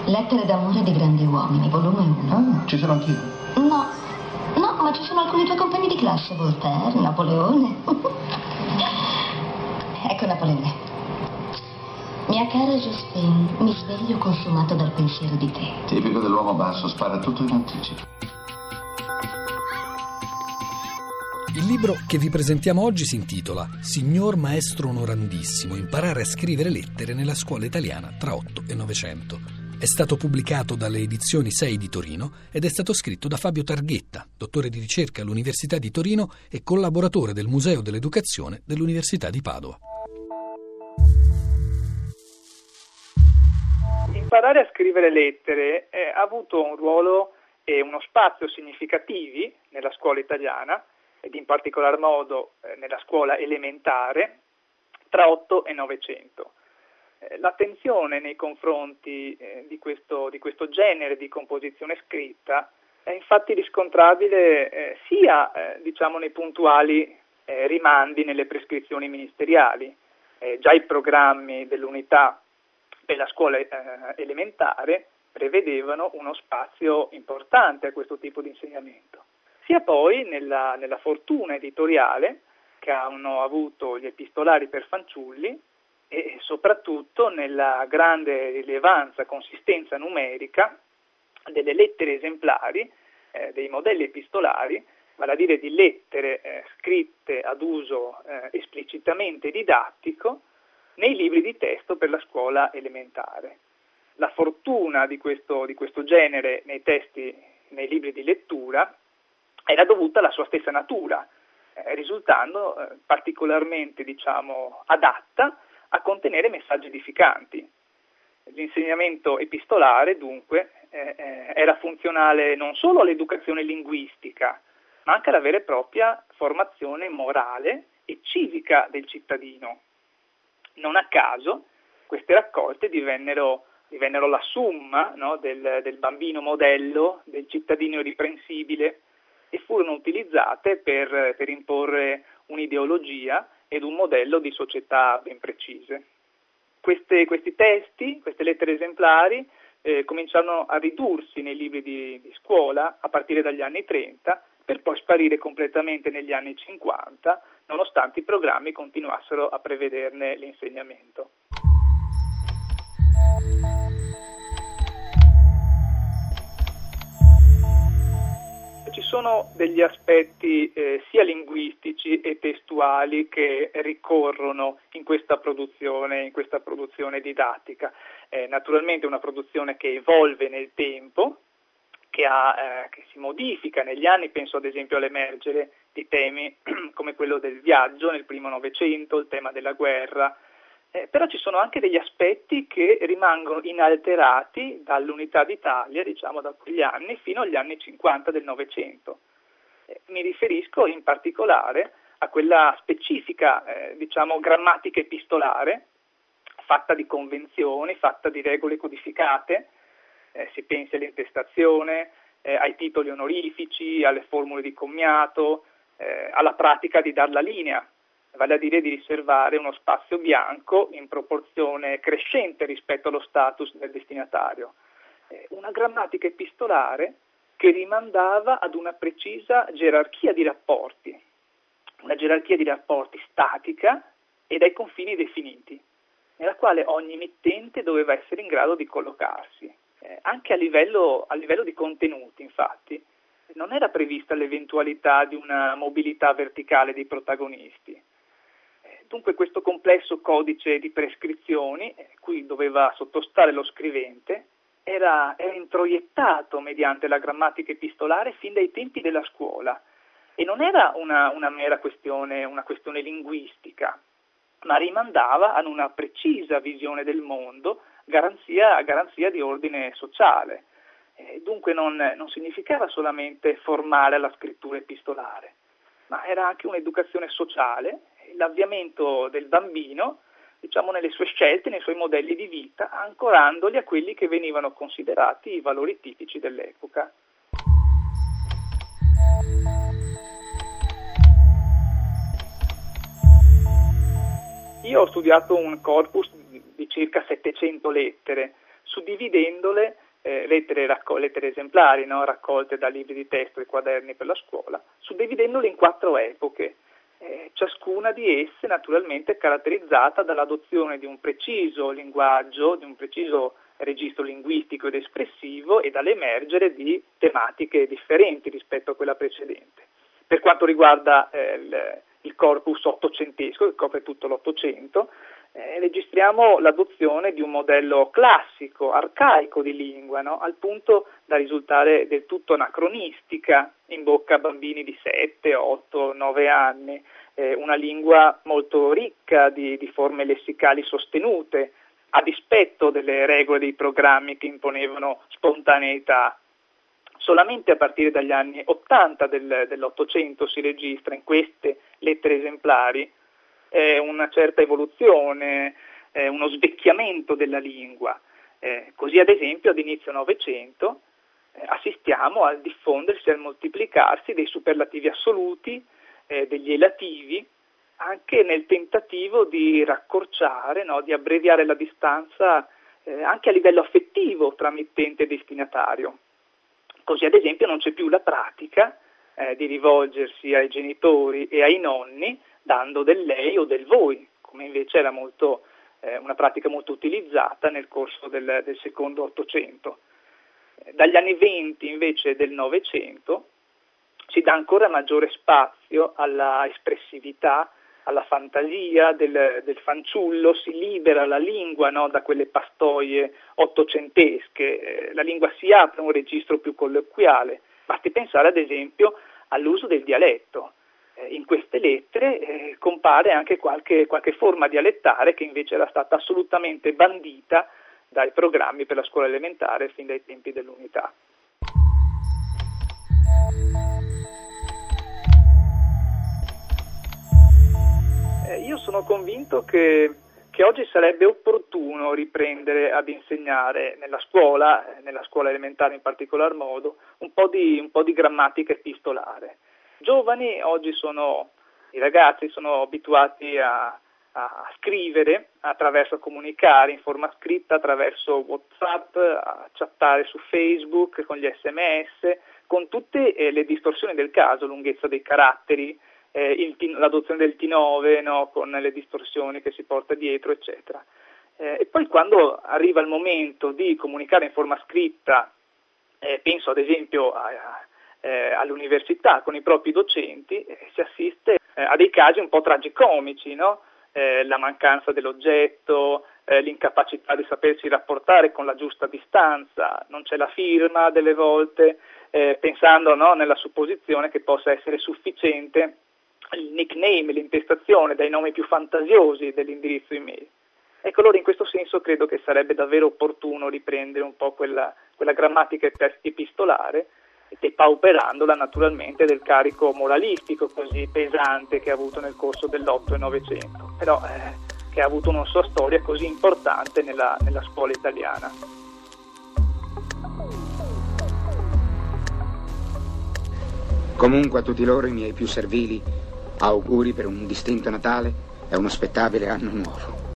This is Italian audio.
Lettere d'amore di grandi uomini, volume 1. Ci sono anch'io. No, ma ci sono alcuni tuoi compagni di classe, Voltaire, Napoleone. Ecco Napoleone. Mia cara Josephine, mi sveglio consumato dal pensiero di te. Tipico dell'uomo basso, spara tutto in anticipo. Il libro che vi presentiamo oggi si intitola Signor Maestro Onorandissimo, imparare a scrivere lettere nella scuola italiana tra 8 e 900. È stato pubblicato dalle edizioni 6 di Torino ed è stato scritto da Fabio Targhetta, dottore di ricerca all'Università di Torino e collaboratore del Museo dell'Educazione dell'Università di Padova. Imparare a scrivere lettere ha avuto un ruolo e uno spazio significativi nella scuola italiana ed in particolar modo nella scuola elementare tra 8 e 900. L'attenzione nei confronti di questo genere di composizione scritta è infatti riscontrabile sia nei puntuali rimandi nelle prescrizioni ministeriali. Già i programmi dell'unità per la scuola elementare prevedevano uno spazio importante a questo tipo di insegnamento, sia poi nella fortuna editoriale che hanno avuto gli epistolari per fanciulli e soprattutto nella grande rilevanza, consistenza numerica delle lettere esemplari, dei modelli epistolari, vale a dire di lettere scritte ad uso esplicitamente didattico nei libri di testo per la scuola elementare. La fortuna di questo genere nei testi, nei libri di lettura, era dovuta alla sua stessa natura, risultando particolarmente, adatta a contenere messaggi edificanti. L'insegnamento epistolare, dunque, era funzionale non solo all'educazione linguistica, ma anche alla vera e propria formazione morale e civica del cittadino. Non a caso queste raccolte divennero la summa, no, del bambino modello, del cittadino irreprensibile, e furono utilizzate per imporre un'ideologia ed un modello di società ben precise. Questi testi, queste lettere esemplari, cominciarono a ridursi nei libri di scuola a partire dagli anni 30, per poi sparire completamente negli anni 50, nonostante i programmi continuassero a prevederne l'insegnamento. Ci sono degli aspetti sia linguistici e testuali che ricorrono in questa produzione didattica. Naturalmente una produzione che evolve nel tempo, che si modifica negli anni, penso ad esempio all'emergere di temi come quello del viaggio nel primo Novecento, il tema della guerra, però ci sono anche degli aspetti che rimangono inalterati dall'Unità d'Italia, da quegli anni fino agli anni 50 del Novecento. Mi riferisco in particolare a quella specifica, grammatica epistolare, fatta di convenzioni, fatta di regole codificate. Si pensi all'intestazione, ai titoli onorifici, alle formule di commiato, alla pratica di dar la linea, vale a dire di riservare uno spazio bianco in proporzione crescente rispetto allo status del destinatario. Una grammatica epistolare che rimandava ad una precisa gerarchia di rapporti, una gerarchia di rapporti statica e dai confini definiti, nella quale ogni mittente doveva essere in grado di collocarsi. Anche a livello di contenuti, infatti, non era prevista l'eventualità di una mobilità verticale dei protagonisti. Dunque questo complesso codice di prescrizioni, cui doveva sottostare lo scrivente, era introiettato mediante la grammatica epistolare fin dai tempi della scuola e non era una mera questione linguistica, ma rimandava ad una precisa visione del mondo, garanzia di ordine sociale. Dunque non significava solamente formare alla scrittura epistolare, ma era anche un'educazione sociale, l'avviamento del bambino, nelle sue scelte, nei suoi modelli di vita, ancorandoli a quelli che venivano considerati i valori tipici dell'epoca. Io ho studiato un corpus di circa 700 lettere, suddividendole, lettere esemplari, no? Raccolte da libri di testo e quaderni per la scuola, suddividendole in 4 epoche, ciascuna di esse naturalmente caratterizzata dall'adozione di un preciso linguaggio, di un preciso registro linguistico ed espressivo e dall'emergere di tematiche differenti rispetto a quella precedente. Per quanto riguarda il corpus ottocentesco, che copre tutto l'Ottocento, registriamo l'adozione di un modello classico, arcaico di lingua, no? Al punto da risultare del tutto anacronistica in bocca a bambini di 7, 8, 9 anni, una lingua molto ricca di forme lessicali sostenute, a dispetto delle regole dei programmi che imponevano spontaneità. Solamente a partire dagli anni 80 dell'Ottocento si registra in queste lettere esemplari una certa evoluzione, uno svecchiamento della lingua. Così ad esempio ad inizio Novecento assistiamo al diffondersi e al moltiplicarsi dei superlativi assoluti, degli elativi, anche nel tentativo di raccorciare, no, di abbreviare la distanza anche a livello affettivo tra mittente e destinatario. Così ad esempio non c'è più la pratica di rivolgersi ai genitori e ai nonni dando del lei o del voi, come invece era una pratica molto utilizzata nel corso del secondo Ottocento. Dagli anni 20 invece del Novecento si dà ancora maggiore spazio alla espressività, alla fantasia del fanciullo, si libera la lingua, no, da quelle pastoie ottocentesche, la lingua si apre a un registro più colloquiale. Basti pensare ad esempio all'uso del dialetto. In queste lettere compare anche qualche forma dialettare che invece era stata assolutamente bandita dai programmi per la scuola elementare fin dai tempi dell'unità. Io sono convinto che oggi sarebbe opportuno riprendere ad insegnare nella scuola elementare in particolar modo, un po' di grammatica epistolare. Giovani oggi i ragazzi sono abituati a scrivere attraverso comunicare in forma scritta attraverso WhatsApp, a chattare su Facebook con gli SMS, con tutte le distorsioni del caso, lunghezza dei caratteri, l'adozione del T9, no, con le distorsioni che si porta dietro, eccetera. E poi quando arriva il momento di comunicare in forma scritta, penso ad esempio all'università con i propri docenti, si assiste a dei casi un po' tragicomici, no? La mancanza dell'oggetto, l'incapacità di sapersi rapportare con la giusta distanza, non c'è la firma delle volte, pensando, no, nella supposizione che possa essere sufficiente il nickname, l'intestazione dai nomi più fantasiosi dell'indirizzo email. Ecco, allora in questo senso credo che sarebbe davvero opportuno riprendere un po' quella grammatica epistolare, depauperandola naturalmente del carico moralistico così pesante che ha avuto nel corso dell'8 e Novecento, però che ha avuto una sua storia così importante nella scuola italiana. Comunque a tutti loro i miei più servili auguri per un distinto Natale e uno spettabile anno nuovo.